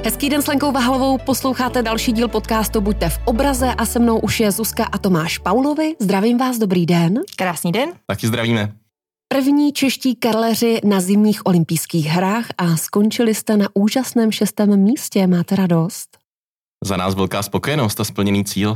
Hezký den s Lenkou Vahlovou, posloucháte další díl podcastu Buďte v obraze a se mnou už je Zuzka a Tomáš Paulovi. Zdravím vás, dobrý den. Krásný den. Taky zdravíme. První čeští karleři na zimních olympijských hrách a skončili jste na úžasném 6. místě. Máte radost? Za nás velká spokojenost a splněný cíl.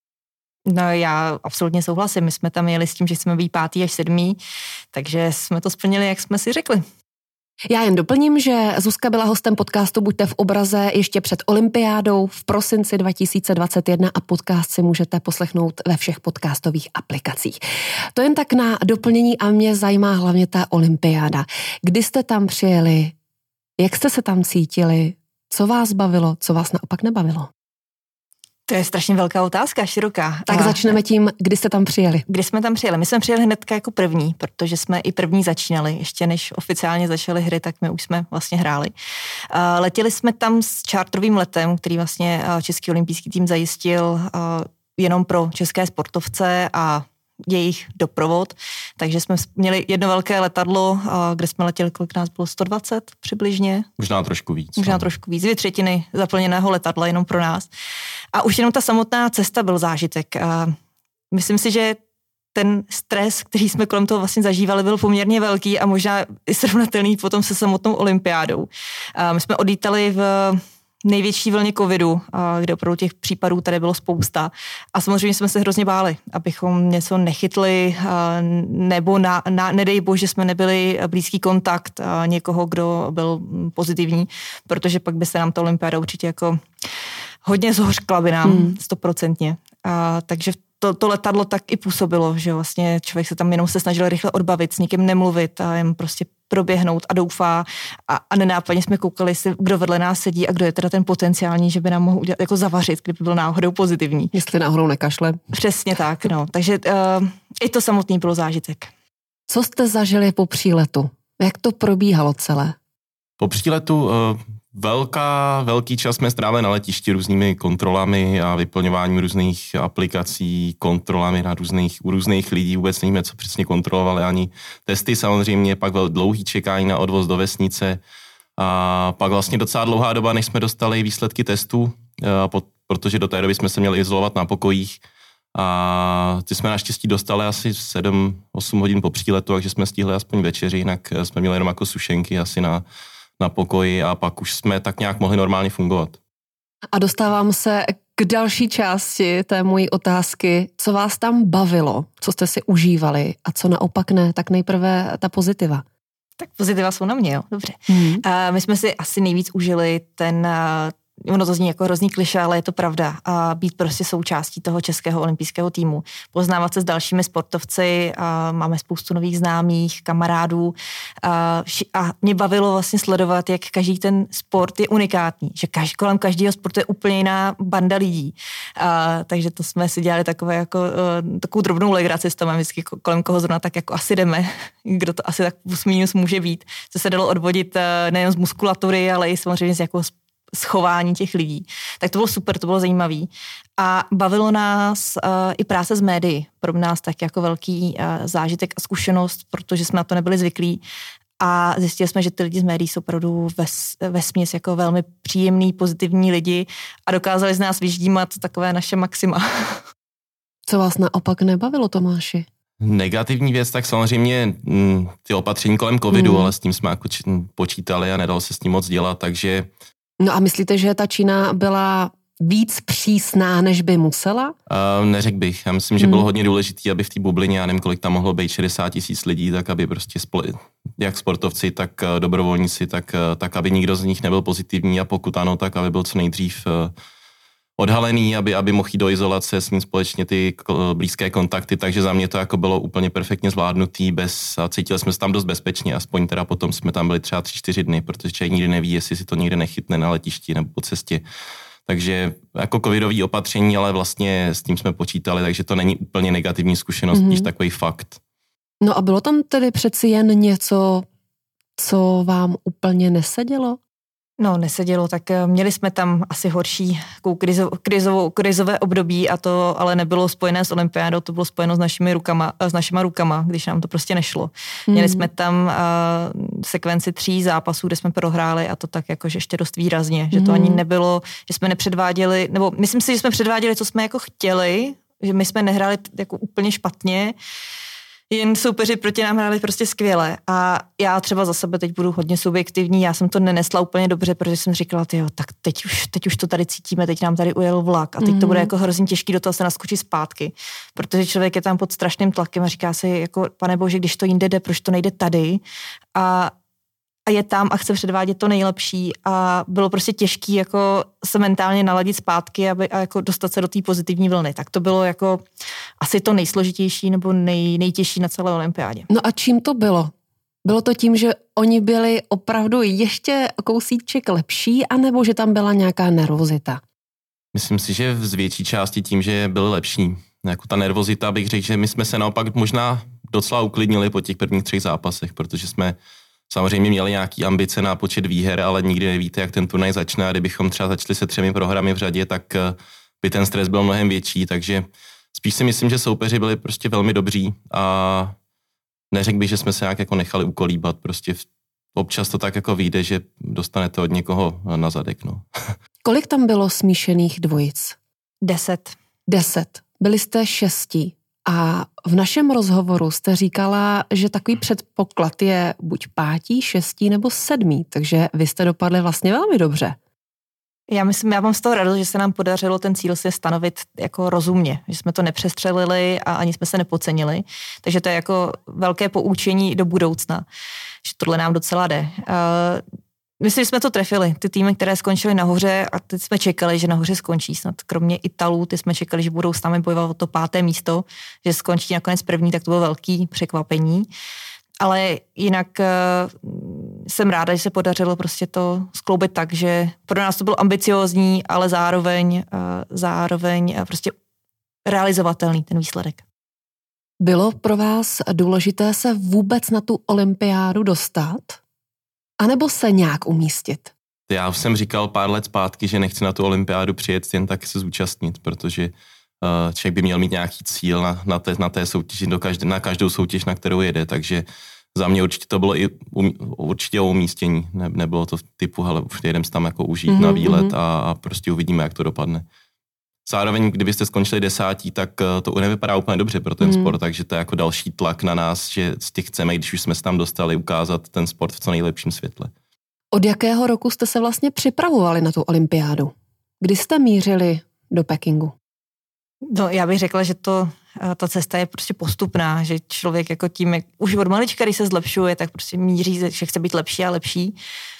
No já absolutně souhlasím. My jsme tam jeli s tím, že chceme být 5. až 7. takže jsme to splnili, jak jsme si řekli. Já jen doplním, že Zuzka byla hostem podcastu Buďte v obraze ještě před olympiádou v prosinci 2021 a podcast si můžete poslechnout ve všech podcastových aplikacích. To jen tak na doplnění a mě zajímá hlavně ta olympiáda. Kdy jste tam přijeli? Jak jste se tam cítili? Co vás bavilo? Co vás naopak nebavilo? To je strašně velká otázka, široká. Tak začneme tím, kdy jste tam přijeli. Kdy jsme tam přijeli? My jsme přijeli hnedka jako první, protože jsme i první začínali. Ještě než oficiálně začaly hry, tak my už jsme vlastně hráli. Letěli jsme tam s čártrovým letem, který vlastně Český olympijský tým zajistil jenom pro české sportovce a jejich doprovod, takže jsme měli jedno velké letadlo, kde jsme letěli, kolik nás bylo, 120 přibližně. Možná trošku víc. Možná trošku víc, 2/3 zaplněného letadla jenom pro nás. A už jenom ta samotná cesta byl zážitek. A myslím si, že ten stres, který jsme kolem toho vlastně zažívali, byl poměrně velký a možná i srovnatelný potom se samotnou olympiádou. A my jsme odlítali v největší vlně covidu, kde opravdu těch případů tady bylo spousta. A samozřejmě jsme se hrozně báli, abychom něco nechytli, nebo nedej bože, jsme nebyli blízký kontakt někoho, kdo byl pozitivní, protože pak by se nám ta olympiáda určitě jako hodně zhořkla by nám, 100%. Takže to letadlo tak i působilo, že vlastně člověk se tam jenom se snažil rychle odbavit, s nikým nemluvit a jen prostě proběhnout a doufá a nenápadně jsme koukali, kdo vedle nás sedí a kdo je teda ten potenciální, že by nám mohl udělat, jako zavařit, kdyby byl náhodou pozitivní. Jestli náhodou nekašle. Přesně tak, no. Takže i to samotný bylo zážitek. Co jste zažili po příletu? Jak to probíhalo celé? Po příletu velký čas jsme strávili na letišti různými kontrolami a vyplňováním různých aplikací, kontrolami u různých lidí, vůbec nevíme, co přesně kontrolovali, ani testy samozřejmě, pak dlouhý čekání na odvoz do vesnice a pak vlastně docela dlouhá doba, než jsme dostali výsledky testů, protože do té doby jsme se měli izolovat na pokojích a ty jsme naštěstí dostali asi 7-8 hodin po příletu, takže jsme stihli aspoň večeři, jinak jsme měli jenom jako sušenky asi na pokoji a pak už jsme tak nějak mohli normálně fungovat. A dostávám se k další části té mojí otázky. Co vás tam bavilo? Co jste si užívali? A co naopak ne? Tak nejprve ta pozitiva. Tak pozitiva jsou na mě, jo, dobře. My jsme si asi nejvíc užili ono to zní jako hrozný klišé, ale je to pravda. Být prostě součástí toho českého olympijského týmu. Poznávat se s dalšími sportovci, máme spoustu nových známých, kamarádů a mě bavilo vlastně sledovat, jak každý ten sport je unikátní. Že kolem každého sportu je úplně jiná banda lidí. Takže to jsme si dělali takovou drobnou legraci s tom, vždycky kolem koho zrovna tak jako asi jdeme, kdo to asi tak plus minus může být. Co se dalo odvodit nejen z muskulatury, ale i samozřejmě z jako schování těch lidí. Tak to bylo super, to bylo zajímavý. A bavilo nás i práce s médií. Pro nás tak jako velký zážitek a zkušenost, protože jsme na to nebyli zvyklí. A zjistili jsme, že ty lidi z médií jsou opravdu vesměs jako velmi příjemný, pozitivní lidi a dokázali z nás vyždímat takové naše maxima. Co vás naopak nebavilo, Tomáši? Negativní věc, tak samozřejmě ty opatření kolem covidu, ale s tím jsme jako počítali a nedalo se s tím moc dělat, takže... No a myslíte, že ta Čína byla víc přísná, než by musela? Neřekl bych. Já myslím, že bylo hodně důležité, aby v té bublině, já nevím, kolik tam mohlo být, 60 000 lidí, tak aby prostě jak sportovci, tak dobrovolníci, tak aby nikdo z nich nebyl pozitivní a pokud ano, tak aby byl co nejdřív odhalený, aby mohl jít do izolace, s ním společně ty blízké kontakty, takže za mě to jako bylo úplně perfektně zvládnutý, a cítili jsme se tam dost bezpečně, aspoň teda potom jsme tam byli třeba 3-4 dny, protože člověk nikdy neví, jestli si to někde nechytne na letišti nebo po cestě. Takže jako covidový opatření, ale vlastně s tím jsme počítali, takže to není úplně negativní zkušenost, když takový fakt. No a bylo tam tedy přeci jen něco, co vám úplně nesedělo? No, nesedělo, tak měli jsme tam asi horší krizové období a to ale nebylo spojené s olympiádou, to bylo spojeno s našima rukama, když nám to prostě nešlo. Měli jsme tam sekvenci 3 zápasů, kde jsme prohráli a to tak jakože ještě dost výrazně, že to ani nebylo, že jsme nepředváděli, nebo myslím si, že jsme předváděli, co jsme jako chtěli, že my jsme nehráli jako úplně špatně, jen soupeři proti nám hráli prostě skvěle a já třeba za sebe teď budu hodně subjektivní, já jsem to nenesla úplně dobře, protože jsem říkala, tyjo, tak teď už to tady cítíme, teď nám tady ujel vlak a teď to bude jako hrozně těžký do toho se naskočit zpátky, protože člověk je tam pod strašným tlakem a říká si, jako pane bože, když to jinde jde, proč to nejde tady a je tam a chce předvádět to nejlepší a bylo prostě těžký jako se mentálně naladit zpátky a jako dostat se do té pozitivní vlny. Tak to bylo jako asi to nejsložitější nebo nejtěžší na celé olympiádě. No a čím to bylo? Bylo to tím, že oni byli opravdu ještě kousíček lepší, anebo že tam byla nějaká nervozita? Myslím si, že z větší části tím, že byli lepší. Jako ta nervozita, bych řekl, že my jsme se naopak možná docela uklidnili po těch prvních 3 zápasech, protože jsme samozřejmě měli nějaký ambice na počet výher, ale nikdy nevíte, jak ten turnaj začne a kdybychom třeba začali se 3 prohrami v řadě, tak by ten stres byl mnohem větší, takže spíš si myslím, že soupeři byli prostě velmi dobří a neřekl bych, že jsme se nějak jako nechali ukolíbat, prostě občas to tak jako vyjde, že dostanete od někoho na zadek, no. Kolik tam bylo smíšených dvojic? 10. 10. Byli jste 6. A v našem rozhovoru jste říkala, že takový předpoklad je buď 5., 6. nebo 7. Takže vy jste dopadli vlastně velmi dobře. Já mám z toho radost, že se nám podařilo ten cíl si stanovit jako rozumně, že jsme to nepřestřelili a ani jsme se nepocenili. Takže to je jako velké poučení do budoucna, že tohle nám docela jde. Myslím, že jsme to trefili. Ty týmy, které skončily nahoře a teď jsme čekali, že nahoře skončí. Snad kromě Italů, ty jsme čekali, že budou s námi bojovat o to 5. místo, že skončí nakonec 1., tak to bylo velký překvapení. Ale jinak jsem ráda, že se podařilo prostě to skloubit tak, že pro nás to bylo ambiciózní, ale zároveň prostě realizovatelný ten výsledek. Bylo pro vás důležité se vůbec na tu olympiádu dostat? A nebo se nějak umístit? Já už jsem říkal pár let zpátky, že nechci na tu olympiádu přijet jen tak se zúčastnit, protože člověk by měl mít nějaký cíl na té soutěži, na každou soutěž, na kterou jede, takže za mě určitě to bylo i určitě o umístění. Nebylo to typu, hele, už jedem se tam jako užít na výlet a prostě uvidíme, jak to dopadne. Zároveň, kdybyste skončili 10., tak to nevypadá úplně dobře pro ten sport, takže to je jako další tlak na nás, že z těch chceme, když už jsme se tam dostali, ukázat ten sport v co nejlepším světle. Od jakého roku jste se vlastně připravovali na tu olympiádu? Kdy jste mířili do Pekingu? No, já bych řekla, že ta cesta je prostě postupná, že člověk jako tím, jak už od malička, když se zlepšuje, tak prostě míří, že chce být lepší a lepší.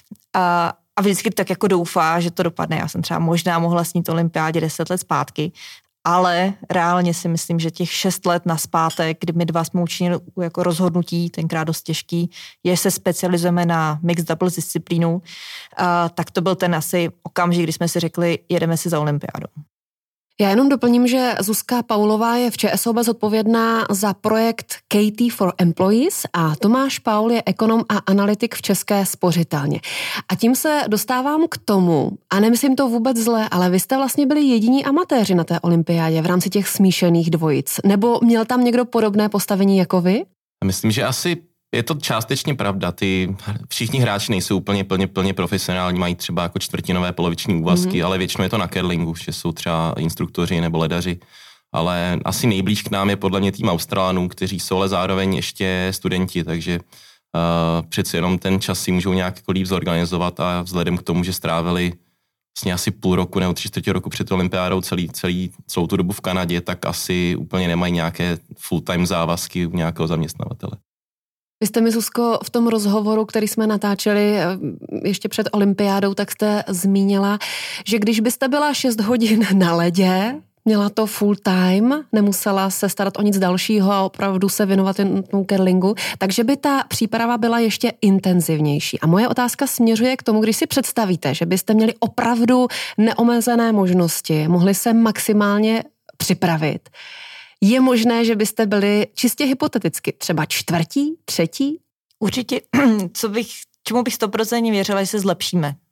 A vždycky tak jako doufá, že to dopadne. Já jsem třeba možná mohla snít olympiádě 10 let zpátky, ale reálně si myslím, že těch 6 let nazpátek, kdy my 2 jsme učinili jako rozhodnutí, tenkrát dost těžký, je se specializujeme na mixed doubles disciplínu, tak to byl ten asi okamžik, kdy jsme si řekli, jedeme si za olympiádu. Já jenom doplním, že Zuzka Paulová je v ČSOB zodpovědná za projekt KT for Employees a Tomáš Paul je ekonom a analytik v České spořitelně. A tím se dostávám k tomu, a nemyslím to vůbec zle, ale vy jste vlastně byli jediní amatéři na té olympiádě v rámci těch smíšených dvojic. Nebo měl tam někdo podobné postavení jako vy? Myslím, že asi je to částečně pravda. Všichni hráči nejsou plně profesionální, mají třeba jako čtvrtinové poloviční úvazky, ale většinou je to na curlingu, že jsou třeba instruktoři nebo ledaři. Ale asi nejblíž k nám je podle mě tým Australanů, kteří jsou ale zároveň ještě studenti, takže přeci jenom ten čas si můžou nějak jako líp zorganizovat a vzhledem k tomu, že strávili vlastně asi půl roku nebo 3/4 roku před olympiádou celou tu dobu v Kanadě, tak asi úplně nemají nějaké full-time závazky u nějakého zaměstnavatele. Vy jste mi, Zuzko, v tom rozhovoru, který jsme natáčeli ještě před olympiádou, tak jste zmínila, že když byste byla 6 hodin na ledě, měla to full time, nemusela se starat o nic dalšího a opravdu se věnovat jen tomu curlingu, takže by ta příprava byla ještě intenzivnější. A moje otázka směřuje k tomu, když si představíte, že byste měli opravdu neomezené možnosti, mohli se maximálně připravit. Je možné, že byste byli čistě hypoteticky třeba 4., 3? Určitě, čemu bych 100% věřila, že se zlepšíme.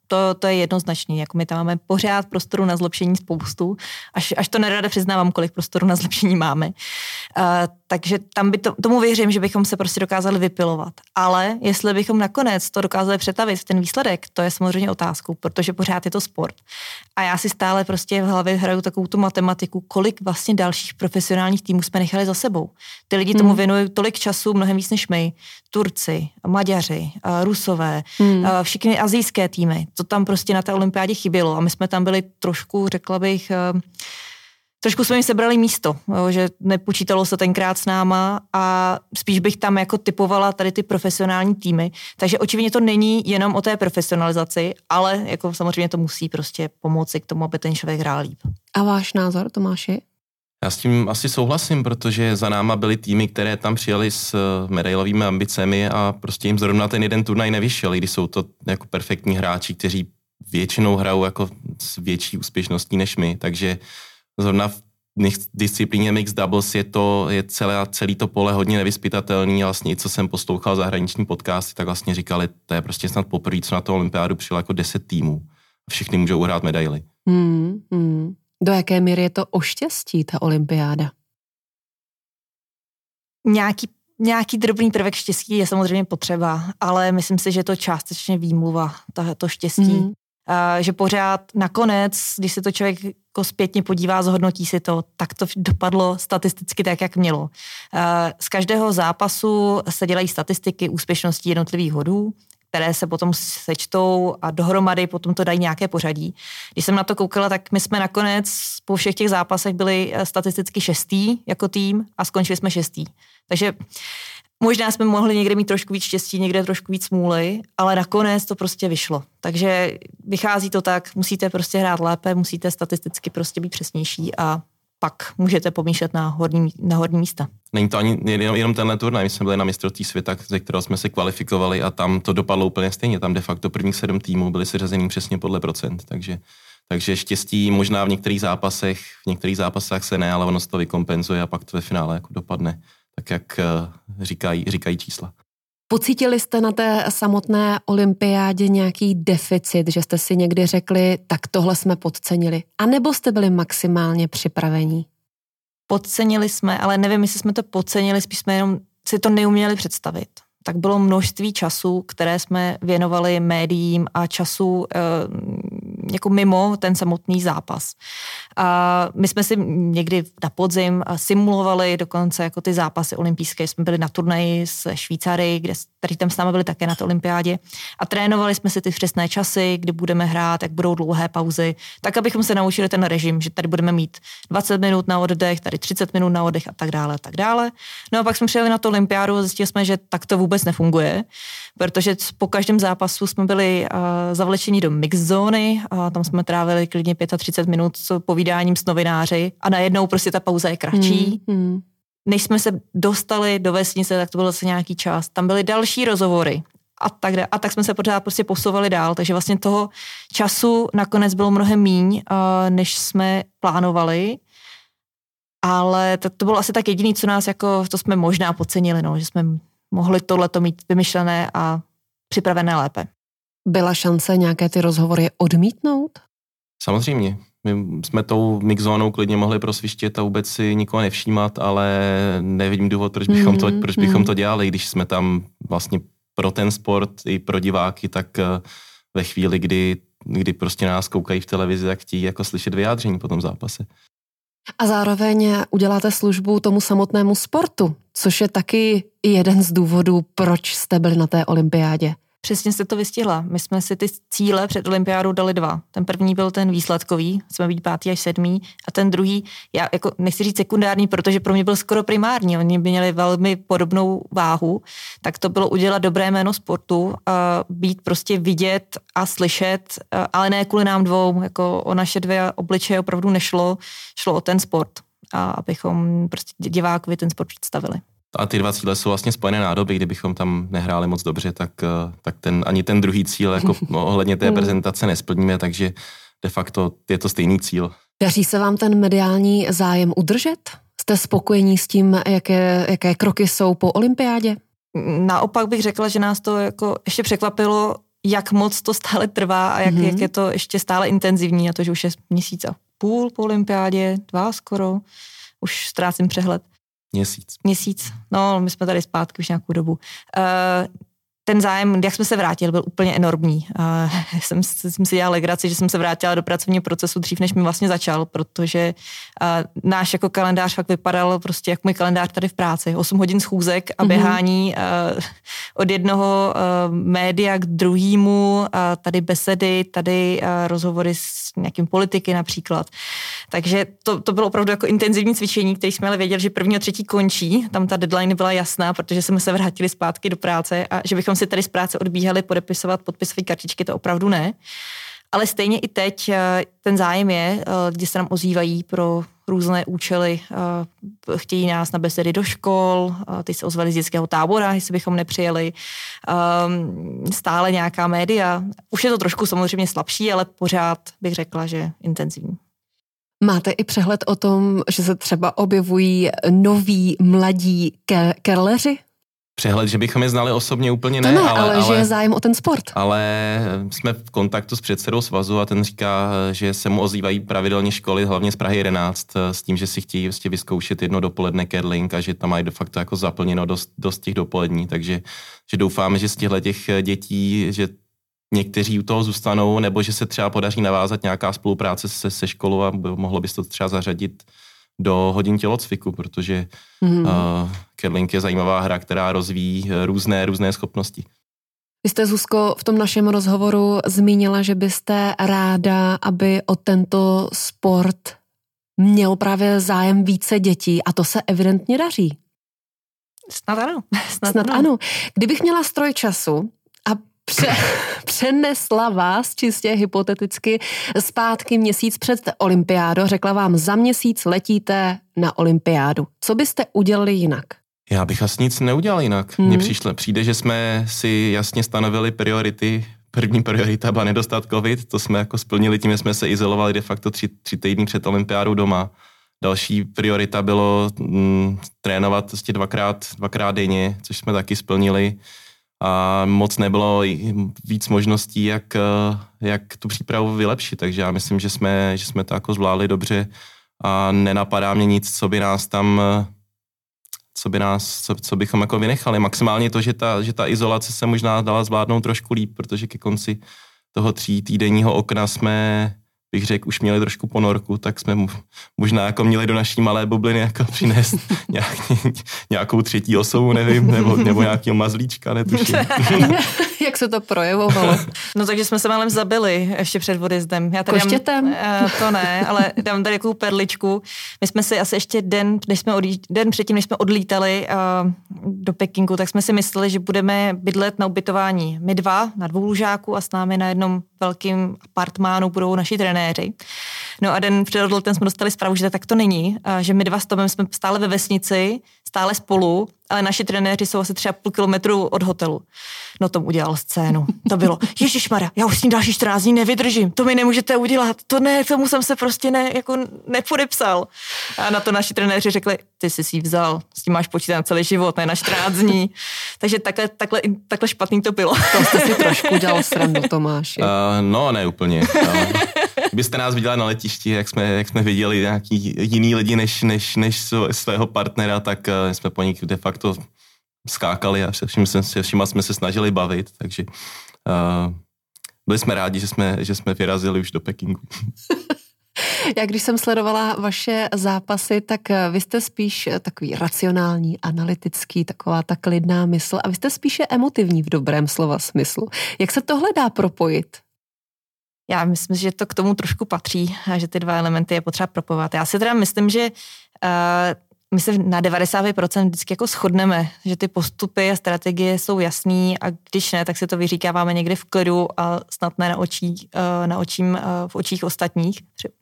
To je jednoznačný, jako my tam máme pořád prostoru na zlepšení spoustu, až to nerada přiznávám, kolik prostoru na zlepšení máme. Takže tam tomu věřím, že bychom se prostě dokázali vypilovat. Ale jestli bychom nakonec to dokázali přetavit v ten výsledek, to je samozřejmě otázkou, protože pořád je to sport. A já si stále prostě v hlavě hraju takovou tu matematiku, kolik vlastně dalších profesionálních týmů jsme nechali za sebou. Ty lidi tomu věnují tolik času, mnohem víc než my. Turci, Maďaři, Rusové, všechny asijské týmy. To tam prostě na té olympiádě chybělo a my jsme tam byli trošku, řekla bych, trošku jsme jim sebrali místo, že nepočítalo se tenkrát s náma a spíš bych tam jako typovala tady ty profesionální týmy. Takže očividně to není jenom o té profesionalizaci, ale jako samozřejmě to musí prostě pomoci k tomu, aby ten člověk hrál líp. A váš názor, Tomáši? Já s tím asi souhlasím, protože za náma byly týmy, které tam přijeli s medailovými ambicemi a prostě jim zrovna ten jeden turnaj nevyšel, i když jsou to jako perfektní hráči, kteří většinou hrajou jako s větší úspěšností než my, takže zrovna v disciplíně mixed doubles je celý to pole hodně nevyzpytatelný a vlastně i co jsem poslouchal zahraniční podcasty, tak vlastně říkali, to je prostě snad poprvé, co na to olympiádu přijelo jako 10 týmů. Všichni můžou uhrát medaily. Do jaké míry je to o štěstí, ta olympiáda? Nějaký drobný prvek štěstí je samozřejmě potřeba, ale myslím si, že je to částečně výmluva, to štěstí. Že pořád nakonec, když se to člověk jako zpětně podívá, zhodnotí si to, tak to dopadlo statisticky tak, jak mělo. Z každého zápasu se dělají statistiky úspěšností jednotlivých hodů, které se potom sečtou a dohromady potom to dají nějaké pořadí. Když jsem na to koukala, tak my jsme nakonec po všech těch zápasech byli statisticky 6. jako tým a skončili jsme 6. Takže možná jsme mohli někde mít trošku víc štěstí, někde trošku víc smůly, ale nakonec to prostě vyšlo. Takže vychází to tak, musíte prostě hrát lépe, musíte statisticky prostě být přesnější a pak můžete pomýšlet na horní místa. Není to ani jenom tenhle turnaj, my jsme byli na mistrovství světa, ze kterého jsme se kvalifikovali a tam to dopadlo úplně stejně. Tam de facto prvních 7 týmů byly seřazený přesně podle procent, takže štěstí možná v některých zápasech se ne, ale ono se to vykompenzuje a pak to ve finále jako dopadne tak, jak říkají čísla. Pocítili jste na té samotné olympiádě nějaký deficit, že jste si někdy řekli, tak tohle jsme podcenili? A nebo jste byli maximálně připravení? Podcenili jsme, ale nevím, jestli jsme to podcenili, spíš jsme jenom si to neuměli představit. Tak bylo množství času, které jsme věnovali médiím a času jako mimo ten samotný zápas. A my jsme si někdy na podzim simulovali dokonce jako ty zápasy olympijské. Jsme byli na turnaji se Švýcary, kteří tam s námi byli také na té olympiádě a trénovali jsme si ty přesné časy, kdy budeme hrát, jak budou dlouhé pauzy, tak abychom se naučili ten režim, že tady budeme mít 20 minut na oddech, tady 30 minut na oddech a tak dále, a tak dále. No a pak jsme přijeli na tu olympiádu a zjistili jsme, že tak to vůbec nefunguje, protože po každém zápasu jsme byli zavlečeni do mix zóny a tam jsme trávili klidně 35 minut s povídáním s novináři a najednou prostě ta pauza je kratší. Než jsme se dostali do vesnice, tak to byl zase nějaký čas. Tam byly další rozhovory a tak jsme se pořád prostě posouvali dál, takže vlastně toho času nakonec bylo mnohem míň, než jsme plánovali. Ale to bylo asi tak jediný, co nás jako, to jsme možná podcenili, no, že jsme mohli tohleto mít vymyšlené a připravené lépe. Byla šance nějaké ty rozhovory odmítnout? Samozřejmě. My jsme tou mixzónou klidně mohli prosvištět a vůbec si nikoho nevšímat, ale nevidím důvod, proč bychom to dělali, když jsme tam vlastně pro ten sport i pro diváky, tak ve chvíli, kdy prostě nás koukají v televizi, tak chtějí jako slyšet vyjádření po tom zápase. A zároveň uděláte službu tomu samotnému sportu, což je taky jeden z důvodů, proč jste byli na té olympiádě. Přesně jste to vystihla. My jsme si ty cíle před olympiádou dali 2. Ten první byl ten výsledkový, jsme být 5. až 7. A ten druhý, já jako nechci říct sekundární, protože pro mě byl skoro primární. Oni by měli velmi podobnou váhu. Tak to bylo udělat dobré jméno sportu, být prostě vidět a slyšet, ale ne kvůli nám dvou. Jako o naše 2 obličeje opravdu nešlo. Šlo o ten sport. A abychom prostě divákovi ten sport představili. A ty 2 cíle jsou vlastně spojené nádoby, kdybychom tam nehráli moc dobře, tak ani ten druhý cíl jako ohledně té prezentace nesplníme, takže de facto je to stejný cíl. Daří se vám ten mediální zájem udržet? Jste spokojení s tím, jaké kroky jsou po olympiádě? Naopak bych řekla, že nás to jako ještě překvapilo, jak moc to stále trvá a jak je to ještě stále intenzivní, a to, že už je měsíc a půl po olympiádě, 2 skoro, už ztrácím přehled. Měsíc. No, my jsme tady zpátky už nějakou dobu. Ten zájem, jak jsme se vrátili, byl úplně enormní. Jsem si dělala legraci, že jsem se vrátila do pracovního procesu dřív, než mi vlastně začal, protože náš jako kalendář fakt vypadal prostě jak můj kalendář tady v práci. 8 hodin schůzek a běhání od jednoho média k druhému, tady besedy, tady rozhovory s nějakým politiky například. Takže to bylo opravdu jako intenzivní cvičení, které jsme ale věděli, že 1.3. končí, tam ta deadline byla jasná, protože jsme se vrátili zpátky do práce a že bychom si tady z práce odbíhali podepisovat podpisové kartičky, to opravdu ne. Ale stejně i teď ten zájem je, lidi se nám ozývají pro různé účely, chtějí nás na besedy do škol, ty se ozvali z dětského tábora, jestli bychom nepřijeli, stále nějaká média. Už je to trošku samozřejmě slabší, ale pořád bych řekla, že intenzivní. Máte i přehled o tom, že se třeba objevují noví mladí kerleři? Přehled, že bychom je znali osobně úplně ne, ale že je zájem o ten sport. Ale jsme v kontaktu s předsedou svazu a ten říká, že se mu ozývají pravidelně školy, hlavně z Prahy 11, s tím, že si chtějí vlastně vyzkoušet jedno dopoledne curling a že tam mají de facto jako zaplněno dost těch dopolední, takže že doufáme, že z těch dětí, že někteří u toho zůstanou, nebo že se třeba podaří navázat nějaká spolupráce se školou a mohlo by se to třeba zařadit do hodin tělocviku, protože curling je zajímavá hra, která rozvíjí různé schopnosti. Vy jste, Zuzko, v tom našem rozhovoru zmínila, že byste ráda, aby o tento sport měl právě zájem více dětí a to se evidentně daří. Snad ano. Snad ano. Kdybych měla stroj času a přenesla vás čistě hypoteticky zpátky měsíc před olympiádou, řekla vám, za měsíc letíte na olympiádu. Co byste udělali jinak? Já bych asi nic neudělal jinak. Mně přijde, že jsme si jasně stanovili priority. První priorita byla nedostat covid, to jsme jako splnili tím, že jsme se izolovali de facto 3 týdny před olympiádou doma. Další priorita bylo trénovat prostě dvakrát denně, což jsme taky splnili. A moc nebylo víc možností, jak tu přípravu vylepšit, takže já myslím, že jsme to jako zvládli dobře a nenapadá mě nic, co bychom jako vynechali. Maximálně to, že ta izolace se možná dala zvládnout trošku líp, protože ke konci toho 3 týdenního okna jsme, bych řekl, už měli trošku ponorku, tak jsme možná jako měli do naší malé bubliny jako přinést nějakou 3. osobu, nevím, nebo nějakého mazlíčka, netuším. Jak se to projevovalo? No takže jsme se málem zabili ještě před odjezdem. Koštětem? To ne, ale dám tady takovou perličku. My jsme si asi ještě den předtím, než jsme odlítali do Pekingu, tak jsme si mysleli, že budeme bydlet na ubytování my 2 na 2 lužáku a s námi na jednom velkým apartmánu budou naši trenéři. No a den před odletem jsme dostali zprávu, že tak to není, že my 2 s Tomem jsme stále ve vesnici, stále spolu, ale naši trenéři jsou asi 3,5 kilometru od hotelu. No Tom udělal scénu. To bylo, ježišmarja, já už s tím další 14 dní nevydržím, to mi nemůžete udělat, to ne, tomu jsem se prostě nepodepsal. A na to naši trenéři řekli, ty jsi si vzal, s tím máš počítat na celý život, ne na 14 dní. Takže takhle špatný to bylo. To jste si trošku dělal srandu, Tomáši. No, ne úplně. Kdybyste nás viděli na letišti, jak jsme viděli nějaký jiný lidi než svého partnera, tak jsme po nich de facto skákali a se všima jsme se snažili bavit, takže byli jsme rádi, že jsme vyrazili už do Pekingu. Já když jsem sledovala vaše zápasy, tak vy jste spíš takový racionální, analytický, taková ta klidná mysl a vy jste spíše emotivní v dobrém slova smyslu. Jak se tohle dá propojit? Já myslím, že to k tomu trošku patří a že ty 2 elementy je potřeba propojovat. Já si teda myslím, že my se na 90% vždycky jako shodneme, že ty postupy a strategie jsou jasný a když ne, tak si to vyříkáváme někde v klidu a snad ne v očích ostatních.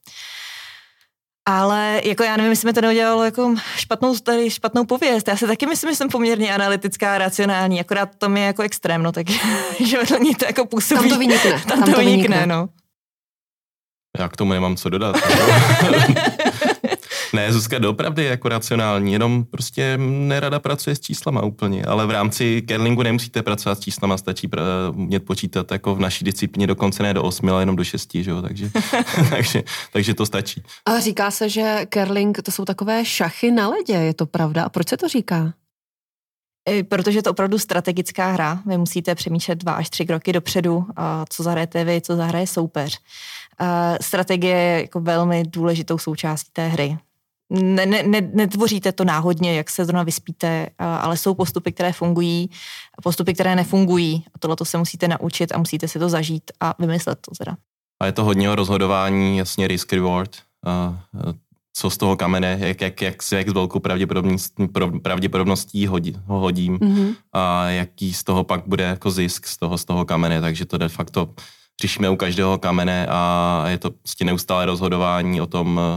Ale jako já nevím, jestli mi to neudělalo jako špatnou pověst. Já si taky myslím, že jsem poměrně analytická a racionální, akorát to mi je jako extrém, no tak že vedle ní to jako působí. Tam to vynikne. No. Já k tomu nemám co dodat. Ne, Zuzka doopravdy je jako racionální, jenom prostě nerada pracuje s číslama úplně, ale v rámci curlingu nemusíte pracovat s číslama, stačí umět počítat jako v naší disciplíně dokonce ne do 8, ale jenom do 6, že jo, takže to stačí. A říká se, že curling to jsou takové šachy na ledě, je to pravda? A proč se to říká? Protože je to opravdu strategická hra. Vy musíte přemýšlet 2 až 3 kroky dopředu, co zahrajete vy, co zahraje soupeř. Strategie je jako velmi důležitou součástí té hry. Netvoříte to náhodně, jak se zrovna vyspíte, ale jsou postupy, které fungují, postupy, které nefungují. A tohleto se musíte naučit a musíte si to zažít a vymyslet to teda. A je to hodně o rozhodování, jasně risk reward, co z toho kamene, jak s velkou pravděpodobností ho hodím a jaký z toho pak bude jako zisk z toho kamene, takže to de facto řešíme u každého kamene a je to prostě neustále rozhodování o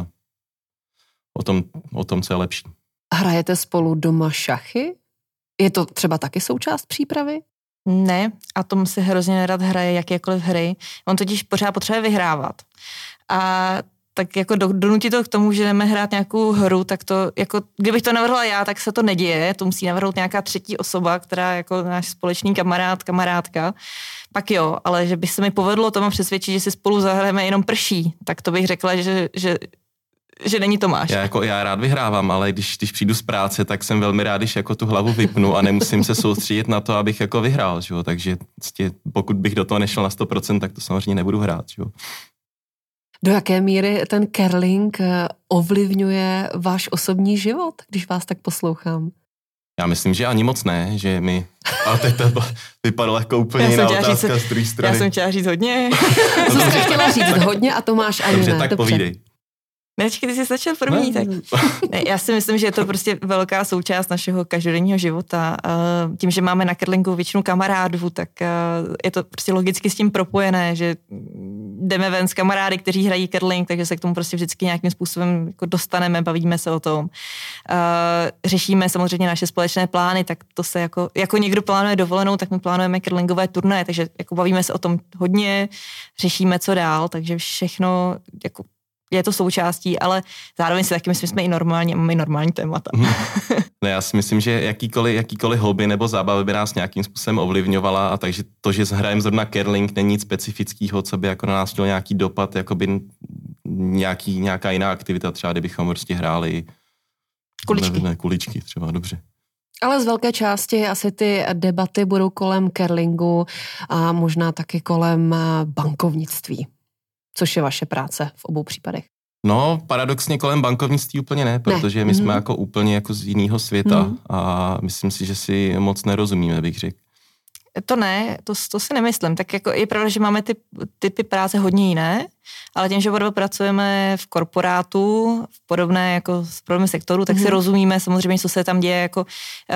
tom, co je lepší. Hrajete spolu doma šachy? Je to třeba taky součást přípravy? Ne, a Tom si hrozně nerad hraje jakékoliv hry. On totiž pořád potřebuje vyhrávat. A tak jako donutit to k tomu, že jdeme hrát nějakou hru, tak to, jako kdybych to navrhla já, tak se to neděje, to musí navrhnout nějaká třetí osoba, která jako náš společný kamarádka, pak jo, ale že by se mi povedlo tomu přesvědčit, že si spolu zahrajeme jenom prší, tak to bych řekla, že není Tomáš. Já rád vyhrávám, ale když přijdu z práce, tak jsem velmi rád, když jako tu hlavu vypnu a nemusím se soustředit na to, abych jako vyhrál, že jo? Takže pokud bych do toho nešel na 100%, tak to samozřejmě nebudu hrát, že jo? Do jaké míry ten curling ovlivňuje váš osobní život, když vás tak poslouchám? Já myslím, že ani moc ne, že mi... Ale teď to vypadalo jako úplně jiná otázka z druhé strany. Já jsem chtěla říct hodně. Zuzka chtěla říct hodně a Tomáš ani dobře, ne. Tak povídej. Nečky, ty jsi začal první, tak. Ne, já si myslím, že je to prostě velká součást našeho každodenního života. Tím, že máme na curlingu většinu kamarádů, tak je to prostě logicky s tím propojené, že jdeme ven s kamarády, kteří hrají curling, takže se k tomu prostě vždycky nějakým způsobem jako dostaneme, bavíme se o tom. Řešíme samozřejmě naše společné plány, tak to se jako někdo plánuje dovolenou, tak my plánujeme curlingové turnaje, takže jako bavíme se o tom hodně, řešíme co dál, takže všechno jako je to součástí, ale zároveň si taky myslím, že jsme i normální a máme i normální témata. No já si myslím, že jakýkoliv hobby nebo zábava by nás nějakým způsobem ovlivňovala a takže to, že hrajeme zrovna curling, není nic specifického, co by jako na nás mělo nějaký dopad, jako by nějaká jiná aktivita, třeba kdybychom prostě hráli kuličky třeba, dobře. Ale z velké části asi ty debaty budou kolem curlingu a možná taky kolem bankovnictví. Což je vaše práce v obou případech? No, paradoxně kolem bankovnictví úplně ne, protože my jsme jako úplně jako z jiného světa a myslím si, že si moc nerozumíme, bych řekl. To ne, to si nemyslím. Tak jako je pravda, že máme ty typy práce hodně jiné, ale tím, že oba pracujeme v korporátu, v podobném sektoru, tak si rozumíme samozřejmě, co se tam děje, jako,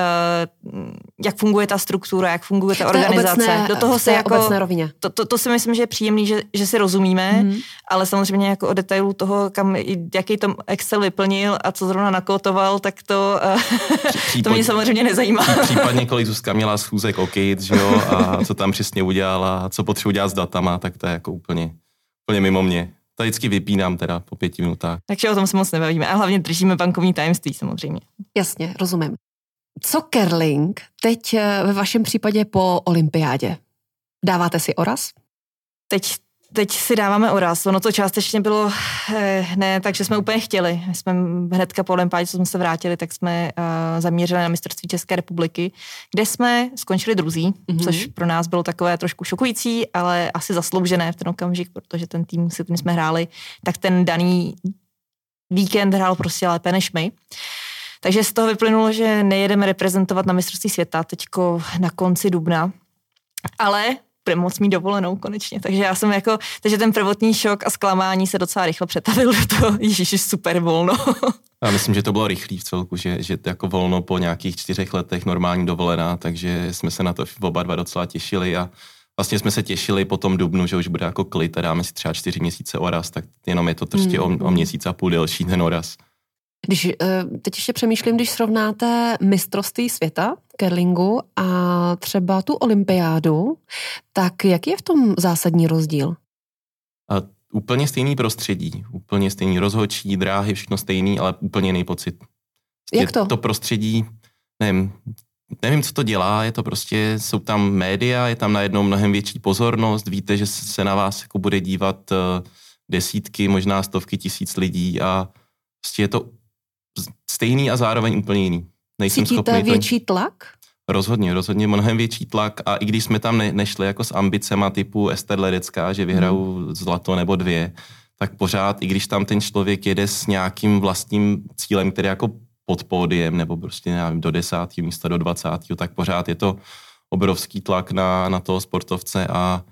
jak funguje ta struktura, jak funguje ta organizace. Do toho se jako obecné rovině. To si myslím, že je příjemný, že si rozumíme, ale samozřejmě jako o detailu toho, jaký tom Excel vyplnil a co zrovna nakotoval, tak to mě samozřejmě nezajímá. Případně kolik Zuzka měla schůzek okejt, že jo, a co tam přesně udělala, co potřebuji dělat s datama, tak to je jako úplně mimo mě. To vždycky vypínám teda po 5 minutách. Takže o tom se moc nebavíme. A hlavně držíme bankovní tajemství samozřejmě. Jasně, rozumím. Co curling teď ve vašem případě po olympiádě? Dáváte si oraz? Teď si dáváme oraz. Ono to částečně bylo ne, takže jsme úplně chtěli. My jsme hnedka po olympiádě, co jsme se vrátili, tak jsme zamířili na mistrovství České republiky, kde jsme skončili druzí, což pro nás bylo takové trošku šokující, ale asi zasloužené v ten okamžik, protože ten tým, s kterým jsme hráli, tak ten daný víkend hrál prostě lépe než my. Takže z toho vyplynulo, že nejedeme reprezentovat na mistrovství světa teďko na konci dubna, ale budeme moc mít dovolenou konečně. Takže ten prvotní šok a zklamání se docela rychle přetavil do toho, ježiši, super volno. Já myslím, že to bylo rychlý v celku, že to jako volno po nějakých 4 letech normální dovolená, takže jsme se na to oba dva docela těšili a vlastně jsme se těšili po tom dubnu, že už bude jako klid a dáme si třeba 4 měsíce oraz, tak jenom je to prostě o měsíc a půl delší ten oraz. Teď ještě přemýšlím, když srovnáte mistrovství světa curlingu a třeba tu olympiádu, tak jaký je v tom zásadní rozdíl? úplně stejný prostředí, úplně stejný rozhodčí, dráhy, všechno stejný, ale úplně jiný pocit. Jak to? To prostředí, nevím, co to dělá, je to prostě, jsou tam média, je tam najednou mnohem větší pozornost, víte, že se na vás jako bude dívat desítky, možná stovky tisíc lidí a prostě je to stejný a zároveň úplně jiný. Cítíte větší tlak? Rozhodně mnohem větší tlak a i když jsme tam nešli jako s ambicema typu Ester Ledecká, že vyhrajou zlato nebo 2, tak pořád, i když tam ten člověk jede s nějakým vlastním cílem, který jako pod pódiem nebo prostě nevím, do 10. místa, do 20. tak pořád je to obrovský tlak na toho sportovce a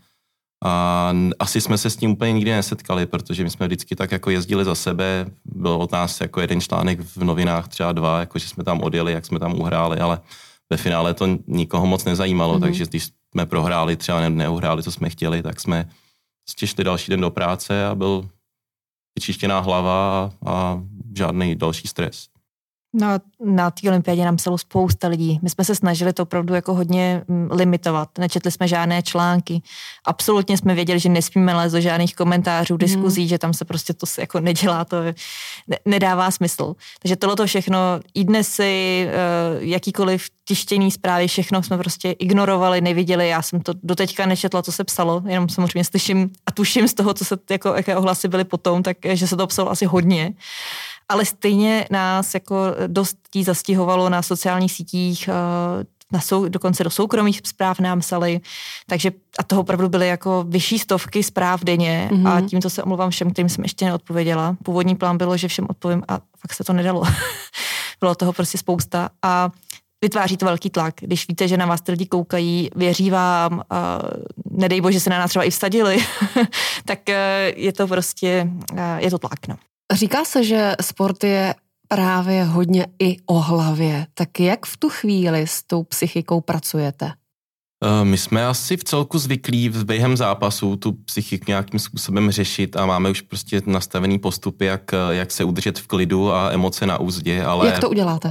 asi jsme se s tím úplně nikdy nesetkali, protože my jsme vždycky tak jako jezdili za sebe, byl od nás jako jeden článek v novinách, třeba 2, jako že jsme tam odjeli, jak jsme tam uhráli, ale ve finále to nikoho moc nezajímalo, takže když jsme prohráli, třeba neuhráli, co jsme chtěli, tak jsme šli další den do práce a byl vyčištěná hlava a žádný další stres. No, na té olympiádě nám psalo spousta lidí. My jsme se snažili to opravdu jako hodně limitovat. Nečetli jsme žádné články. Absolutně jsme věděli, že nesmíme lézt do žádných komentářů, diskuzí, že tam se prostě to se jako nedělá, to nedává smysl. Takže tohleto všechno, i dnes si jakýkoliv tištěný zprávy, všechno jsme prostě ignorovali, neviděli. Já jsem to doteďka nečetla, co se psalo, jenom samozřejmě slyším a tuším z toho, co se jako, jaké ohlasy byly potom, takže se to psalo asi hodně. Ale stejně nás jako dost tí zastihovalo na sociálních sítích, dokonce do soukromých zpráv nám psali, takže a toho opravdu byly jako vyšší stovky zpráv denně a tímto se omlouvám všem, kterým jsem ještě neodpověděla. Původní plán bylo, že všem odpovím a fakt se to nedalo. Bylo toho prostě spousta a vytváří to velký tlak. Když víte, že na vás ty lidi koukají, věří vám, nedej bože se na nás třeba i vsadili, tak je to prostě, je to tlak, no. Říká se, že sport je právě hodně i o hlavě. Tak jak v tu chvíli s tou psychikou pracujete? My jsme asi v celku zvyklí během zápasu tu psychiku nějakým způsobem řešit a máme už prostě nastavený postupy, jak se udržet v klidu a emoce na úzdě. Ale, jak to uděláte?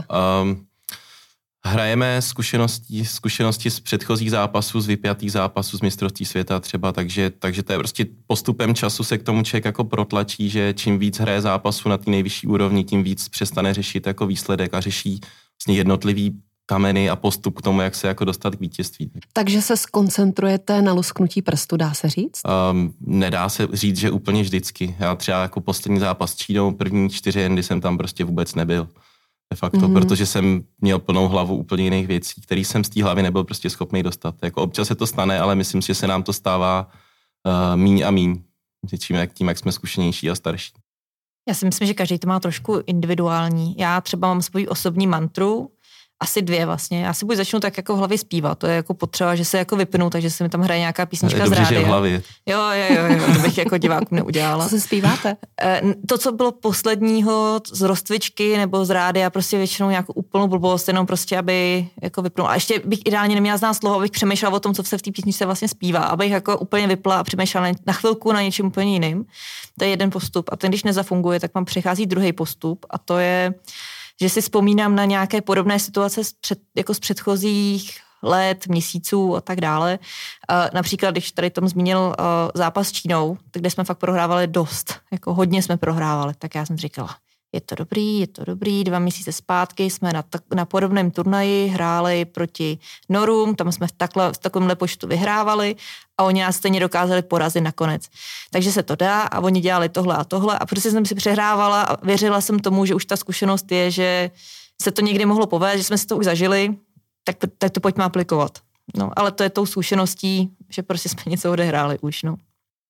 Hrajeme zkušenosti z předchozích zápasů, z vypjatých zápasů, z mistrovství světa třeba, takže to je prostě postupem času se k tomu člověk jako protlačí, že čím víc hraje zápasu na té nejvyšší úrovni, tím víc přestane řešit jako výsledek a řeší vlastně jednotlivý kameny a postup k tomu, jak se jako dostat k vítězství. Takže se skoncentrujete na lusknutí prstu, dá se říct? Nedá se říct, že úplně vždycky. Já třeba jako poslední zápas s Čínou, první 4 endy jsem tam prostě vůbec nebyl. De facto, protože jsem měl plnou hlavu úplně jiných věcí, které jsem z té hlavy nebyl prostě schopný dostat. Jako občas se to stane, ale myslím si, že se nám to stává míň a míň. Tím, jak jsme zkušenější a starší. Já si myslím, že každý to má trošku individuální. Já třeba mám svoji osobní mantru, asi 2 vlastně. Já si buď začnu tak jako v hlavě zpívat, to je jako potřeba, že se jako vypnu, takže se mi tam hraje nějaká písnička z rádia. Dobře, že v hlavě. Jo, to bych jako divákům neudělala. Co se zpíváte? To, co bylo posledního z rozcvičky nebo z rádia, prostě většinou nějakou úplnou blbost, jenom prostě, aby jako vypnul. A ještě bych ideálně neměla znát slovo, abych přemýšlela o tom, co se v té písničce vlastně zpívá, abych jako úplně vypla a přemýšlela na chvilku na něčem úplně jiným. To je jeden postup. A ten, když nezafunguje, tak vám přichází druhý postup a to je, že si vzpomínám na nějaké podobné situace z předchozích let, měsíců a tak dále. Například, když tady Tom zmínil zápas s Čínou, kde jsme fakt prohrávali dost, jako hodně jsme prohrávali, tak já jsem říkala, je to dobrý, 2 měsíce zpátky jsme na podobném turnaji hráli proti Norům, tam jsme v takovémhle počtu vyhrávali a oni nás stejně dokázali porazit nakonec. Takže se to dá a oni dělali tohle a prostě jsem si přehrávala a věřila jsem tomu, že už ta zkušenost je, že se to někdy mohlo povést, že jsme si to už zažili, tak to pojďme aplikovat. No, ale to je tou zkušeností, že prostě jsme něco odehráli už, no.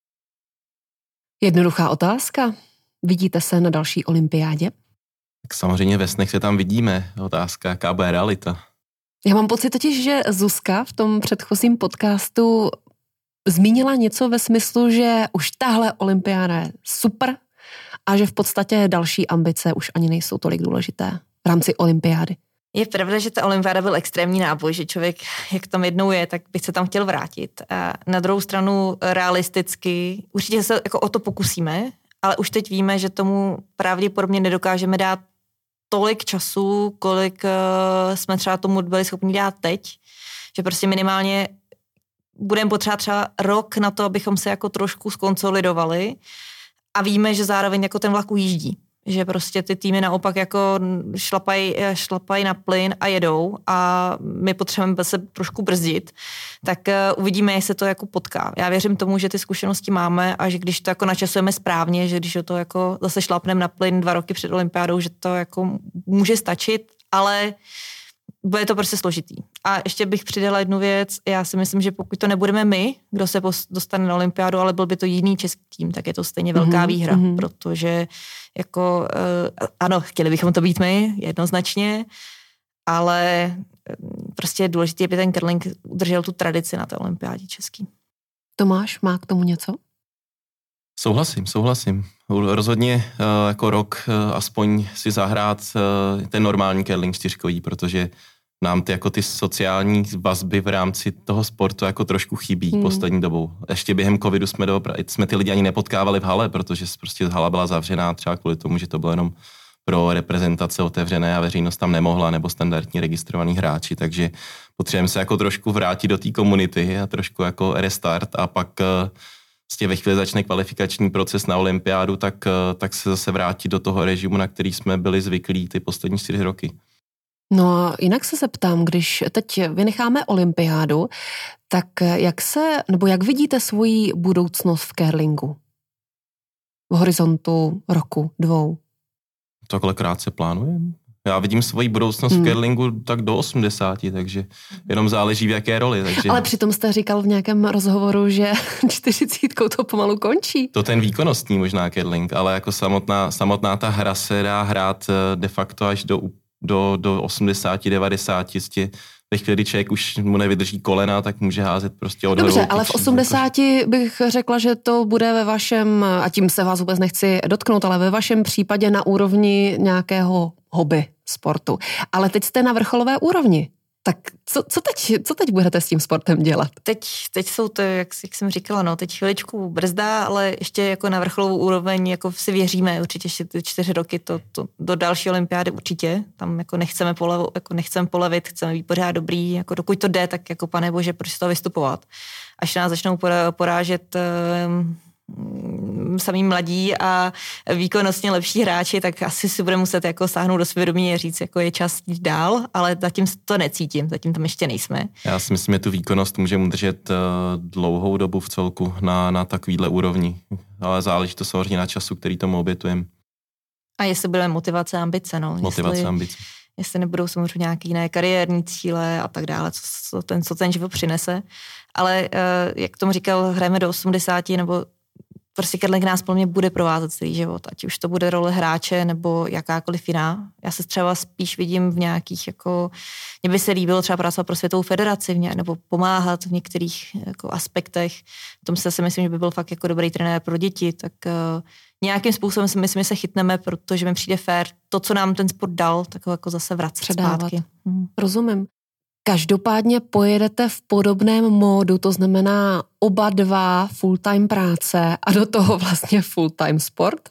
Jednoduchá otázka. Vidíte se na další olympiádě? Tak samozřejmě ve snech se tam vidíme. Otázka, jaká bude realita. Já mám pocit totiž, že Zuzka v tom předchozím podcastu zmínila něco ve smyslu, že už tahle olympiáda je super a že v podstatě další ambice už ani nejsou tolik důležité v rámci olympiády. Je pravda, že ta olympiáda byl extrémní náboj, že člověk, jak tam jednou je, tak by se tam chtěl vrátit. A na druhou stranu realisticky, určitě se jako o to pokusíme, ale už teď víme, že tomu pravděpodobně nedokážeme dát tolik času, kolik jsme třeba tomu byli schopni dát teď, že prostě minimálně budeme potřebovat třeba rok na to, abychom se jako trošku skonsolidovali a víme, že zároveň jako ten vlak ujíždí. Že prostě ty týmy naopak jako šlapají na plyn a jedou a my potřebujeme se trošku brzdit, tak uvidíme, jestli se to jako potká. Já věřím tomu, že ty zkušenosti máme a že když to jako načasujeme správně, že když to jako zase šlapneme na plyn 2 roky před olympiádou, že to jako může stačit, ale bude to prostě složitý. A ještě bych přidala jednu věc, já si myslím, že pokud to nebudeme my, kdo se dostane na olympiádu, ale byl by to jiný český tým, tak je to stejně velká výhra, protože jako, ano, chtěli bychom to být my, jednoznačně, ale prostě je důležité, aby ten curling udržel tu tradici na té olympiádě český. Tomáš, má k tomu něco? Souhlasím. Rozhodně jako rok aspoň si zahrát ten normální curling 4, protože nám ty sociální vazby v rámci toho sportu jako trošku chybí poslední dobou. Ještě během covidu jsme ty lidi ani nepotkávali v hale, protože prostě hala byla zavřená třeba kvůli tomu, že to bylo jenom pro reprezentace otevřené a veřejnost tam nemohla, nebo standardní registrovaní hráči, takže potřebujeme se jako trošku vrátit do té komunity a trošku jako restart a pak ve chvíli začne kvalifikační proces na olympiádu, tak se zase vrátit do toho režimu, na který jsme byli zvyklí ty poslední 4 roky. No a jinak se zeptám, když teď vynecháme olympiádu, tak jak vidíte svoji budoucnost v curlingu? V horizontu roku, 2? Takhle krátce plánujeme. Já vidím svoji budoucnost v curlingu tak do 80, takže jenom záleží v jaké roli. Takže... Ale přitom jste říkal v nějakém rozhovoru, že 40 to pomalu končí. To ten výkonnostní možná curling, ale jako samotná ta hra se dá hrát de facto až do 80, 90. Ve chvíli, kdy člověk už mu nevydrží kolena, tak může házet prostě od Dobře, ale v 80 bych řekla, že to bude ve vašem, a tím se vás vůbec nechci dotknout, ale ve vašem případě na úrovni nějakého hobby sportu. Ale teď jste na vrcholové úrovni. Tak co teď budete s tím sportem dělat? Teď jsou to, jak jsem říkala, no, teď chviličku brzda, ale ještě jako na vrcholovou úroveň jako si věříme, určitě ještě ty 4 roky to do další olympiády určitě. Tam jako nechceme polevit, chceme být pořád dobrý, jako dokud to jde, tak jako pane bože, proč to vystupovat. Až nás začnou porážet samý mladí a výkonnostně lepší hráči, tak asi si budeme muset jako sáhnout do svědomí a říct, jako je čas jít dál, ale zatím to necítím, zatím tam ještě nejsme. Já si myslím, že tu výkonnost můžeme udržet dlouhou dobu v celku na takovýhle úrovni, ale záleží to samozřejmě na času, který tomu obětujeme. A jestli budeme motivace a ambice, no. Jestli nebudou samozřejmě nějaké jiné kariérní cíle a tak dále, co ten život přinese. Ale jak tomu říkal, hrajeme do 80 nebo prostě curling nás podle mě bude provázet celý život, ať už to bude role hráče nebo jakákoliv jiná. Já se třeba spíš vidím v nějakých, jako, mě by se líbilo třeba pracovat pro Světovou federaci nebo pomáhat v některých jako aspektech. V tom si myslím, že by byl fakt jako dobrý trenér pro děti, tak nějakým způsobem si myslím, že se chytneme, protože mi přijde fér to, co nám ten sport dal, tak ho jako zase vracet zpátky. Rozumím. Každopádně pojedete v podobném módu, to znamená oba dva full-time práce a do toho vlastně full-time sport?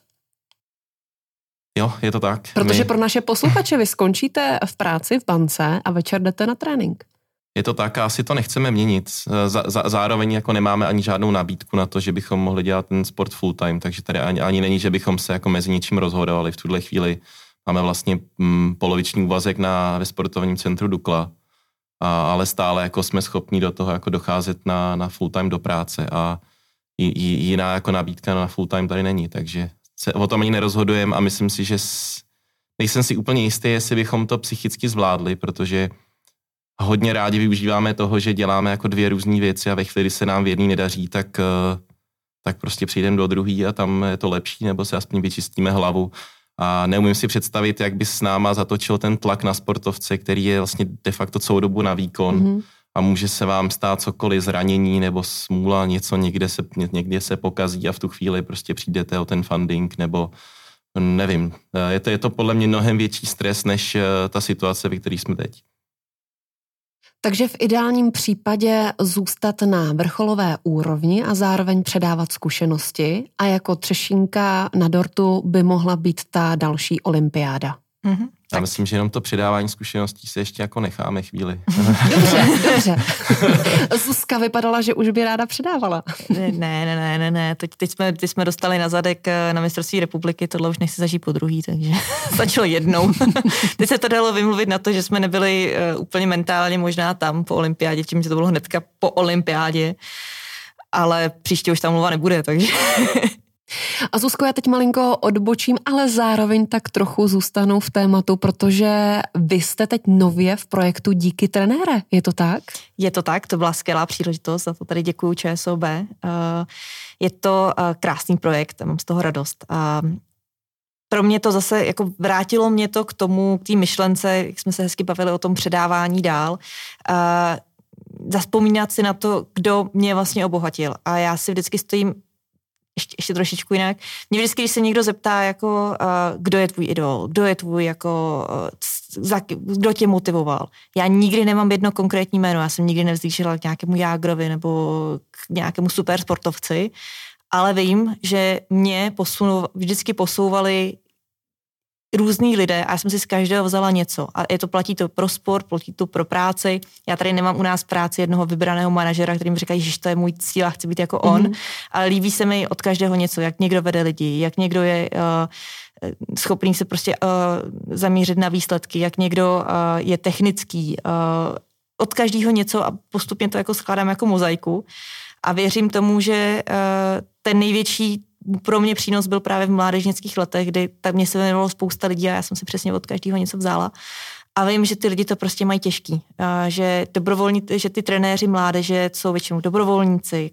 Jo, je to tak. Protože pro naše posluchače vy skončíte v práci v bance a večer jdete na trénink. Je to tak a asi to nechceme měnit. Zároveň jako nemáme ani žádnou nabídku na to, že bychom mohli dělat ten sport full-time, takže tady ani není, že bychom se jako mezi něčím rozhodovali. V tuhle chvíli máme vlastně poloviční úvazek ve sportovním centru Dukla. Ale stále jako jsme schopni do toho jako docházet na full time do práce a jiná jako nabídka na full time tady není, takže se o tom ani nerozhodujeme a myslím si, že nejsem si úplně jistý, jestli bychom to psychicky zvládli, protože hodně rádi využíváme toho, že děláme jako 2 různé věci a ve chvíli, kdy se nám v jedný nedaří, tak prostě přijdeme do druhý a tam je to lepší, nebo se aspoň vyčistíme hlavu. A neumím si představit, jak by s náma zatočil ten tlak na sportovce, který je vlastně de facto celou dobu na výkon a může se vám stát cokoliv, zranění nebo smůla, něco někde se pokazí a v tu chvíli prostě přijdete o ten funding nebo nevím. Je to podle mě mnohem větší stres, než ta situace, ve které jsme teď. Takže v ideálním případě zůstat na vrcholové úrovni a zároveň předávat zkušenosti a jako třešínka na dortu by mohla být ta další olympiáda. Já myslím, že jenom to předávání zkušeností se ještě jako necháme chvíli. Dobře. Zuzka vypadala, že už by ráda předávala. Ne. Teď jsme dostali na zadek na mistrovství republiky, tohle už nechci zažít po druhý, takže stačilo jednou. Teď se to dalo vymluvit na to, že jsme nebyli úplně mentálně možná tam po olympiádě, tím, že to bylo hnedka po olympiádě, ale příště už tam mluva nebude, takže... A Zuzko, já teď malinko odbočím, ale zároveň tak trochu zůstanu v tématu, protože vy jste teď nově v projektu Díky trenére, je to tak? Je to tak, to byla skvělá příležitost, za to tady děkuju ČSOB. Je to krásný projekt, mám z toho radost. Pro mě to zase, jako vrátilo mě to k té myšlence, jak jsme se hezky bavili o tom předávání dál, zaspomínat si na to, kdo mě vlastně obohatil. A já si vždycky stojím ještě trošičku jinak. Mě vždycky, když se někdo zeptá, jako, kdo je tvůj idol, kdo je tvůj, jako, kdo tě motivoval. Já nikdy nemám jedno konkrétní jméno, já jsem nikdy nevzlížila k nějakému Jágrovi nebo k nějakému supersportovci, ale vím, že mě vždycky posouvali různý lidé a já jsem si z každého vzala něco. A platí to pro sport, platí to pro práci. Já tady nemám u nás v práci jednoho vybraného manažera, který mi říká, že to je můj cíl a chci být jako on. Ale líbí se mi od každého něco, jak někdo vede lidi, jak někdo je schopný se prostě zamířit na výsledky, jak někdo je technický. Od každého něco a postupně to jako skládám jako mozaiku. A věřím tomu, že ten největší pro mě přínos byl právě v mládežnických letech, kdy tak mě se věnovalo spousta lidí a já jsem si přesně od každého něco vzala. A vím, že ty lidi to prostě mají těžký. Že ty trenéři mládeže jsou většinou dobrovolníci,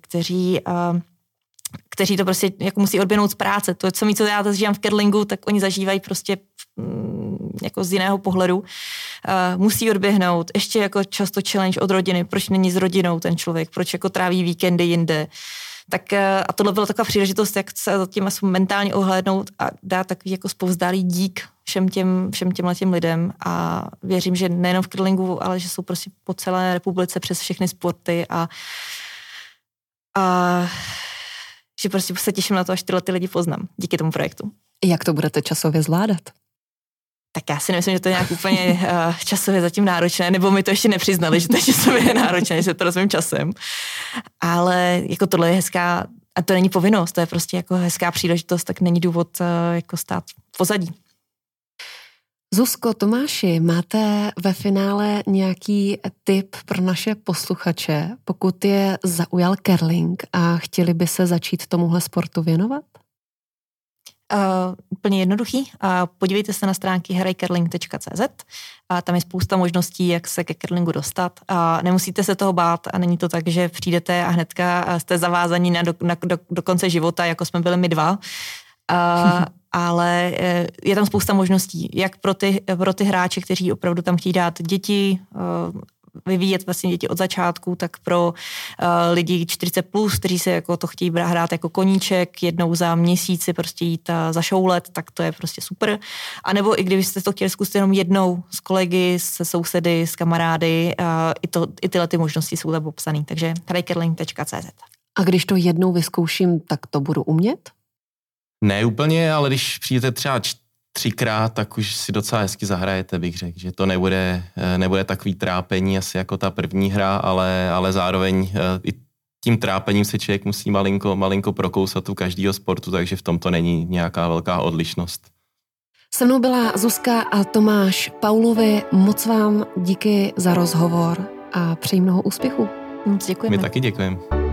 kteří to prostě jako musí odběhnout z práce. To, co já zažívám v curlingu, tak oni zažívají prostě jako z jiného pohledu. Musí odběhnout. Ještě jako často challenge od rodiny. Proč není s rodinou ten člověk? Proč jako tráví víkendy jinde? Tak a tohle byla taková příležitost, jak se za tím aspoň mentálně ohlédnout a dát takový jako zpovzdálý dík všem těm lidem a věřím, že nejenom v curlingu, ale že jsou prostě po celé republice přes všechny sporty a že prostě se těším na to, až tyhle ty lidi poznám díky tomu projektu. Jak to budete časově zvládat? Tak já si nemyslím, že to je nějak úplně časově zatím náročné, nebo mi to ještě nepřiznali, že to je časově náročné, že to rozumím časem. Ale jako tohle je hezká, a to není povinnost, to je prostě jako hezká příležitost, tak není důvod jako stát v pozadí. Zuzko, Tomáši, máte ve finále nějaký tip pro naše posluchače, pokud je zaujal curling a chtěli by se začít tomuhle sportu věnovat? Úplně jednoduchý. Podívejte se na stránky hrajcurling.cz a tam je spousta možností, jak se ke curlingu dostat. Nemusíte se toho bát a není to tak, že přijdete a hnedka jste zavázaní do konce života, jako jsme byli my dva. Ale je tam spousta možností, jak pro ty hráče, kteří opravdu tam chtějí dát děti, vyvíjet vlastně děti od začátku, tak pro lidi 40+, kteří se jako to chtějí hrát jako koníček, jednou za měsíc prostě jít zašoulet, tak to je prostě super. A nebo i kdybyste to chtěli zkusit jenom jednou s kolegy, se sousedy, s kamarády, i tyhle ty možnosti jsou tam popsané. Takže hrajcurling.cz. A když to jednou vyzkouším, tak to budu umět? Ne úplně, ale když přijdete třeba 3krát, tak už si docela hezky zahrajete, bych řekl, že to nebude takový trápení asi jako ta první hra, ale zároveň i tím trápením se člověk musí malinko prokousat u každého sportu, takže v tom to není nějaká velká odlišnost. Se mnou byla Zuzka a Tomáš Paulovi. Moc vám díky za rozhovor a přeji mnoho úspěchů. Děkujeme. My taky děkujeme.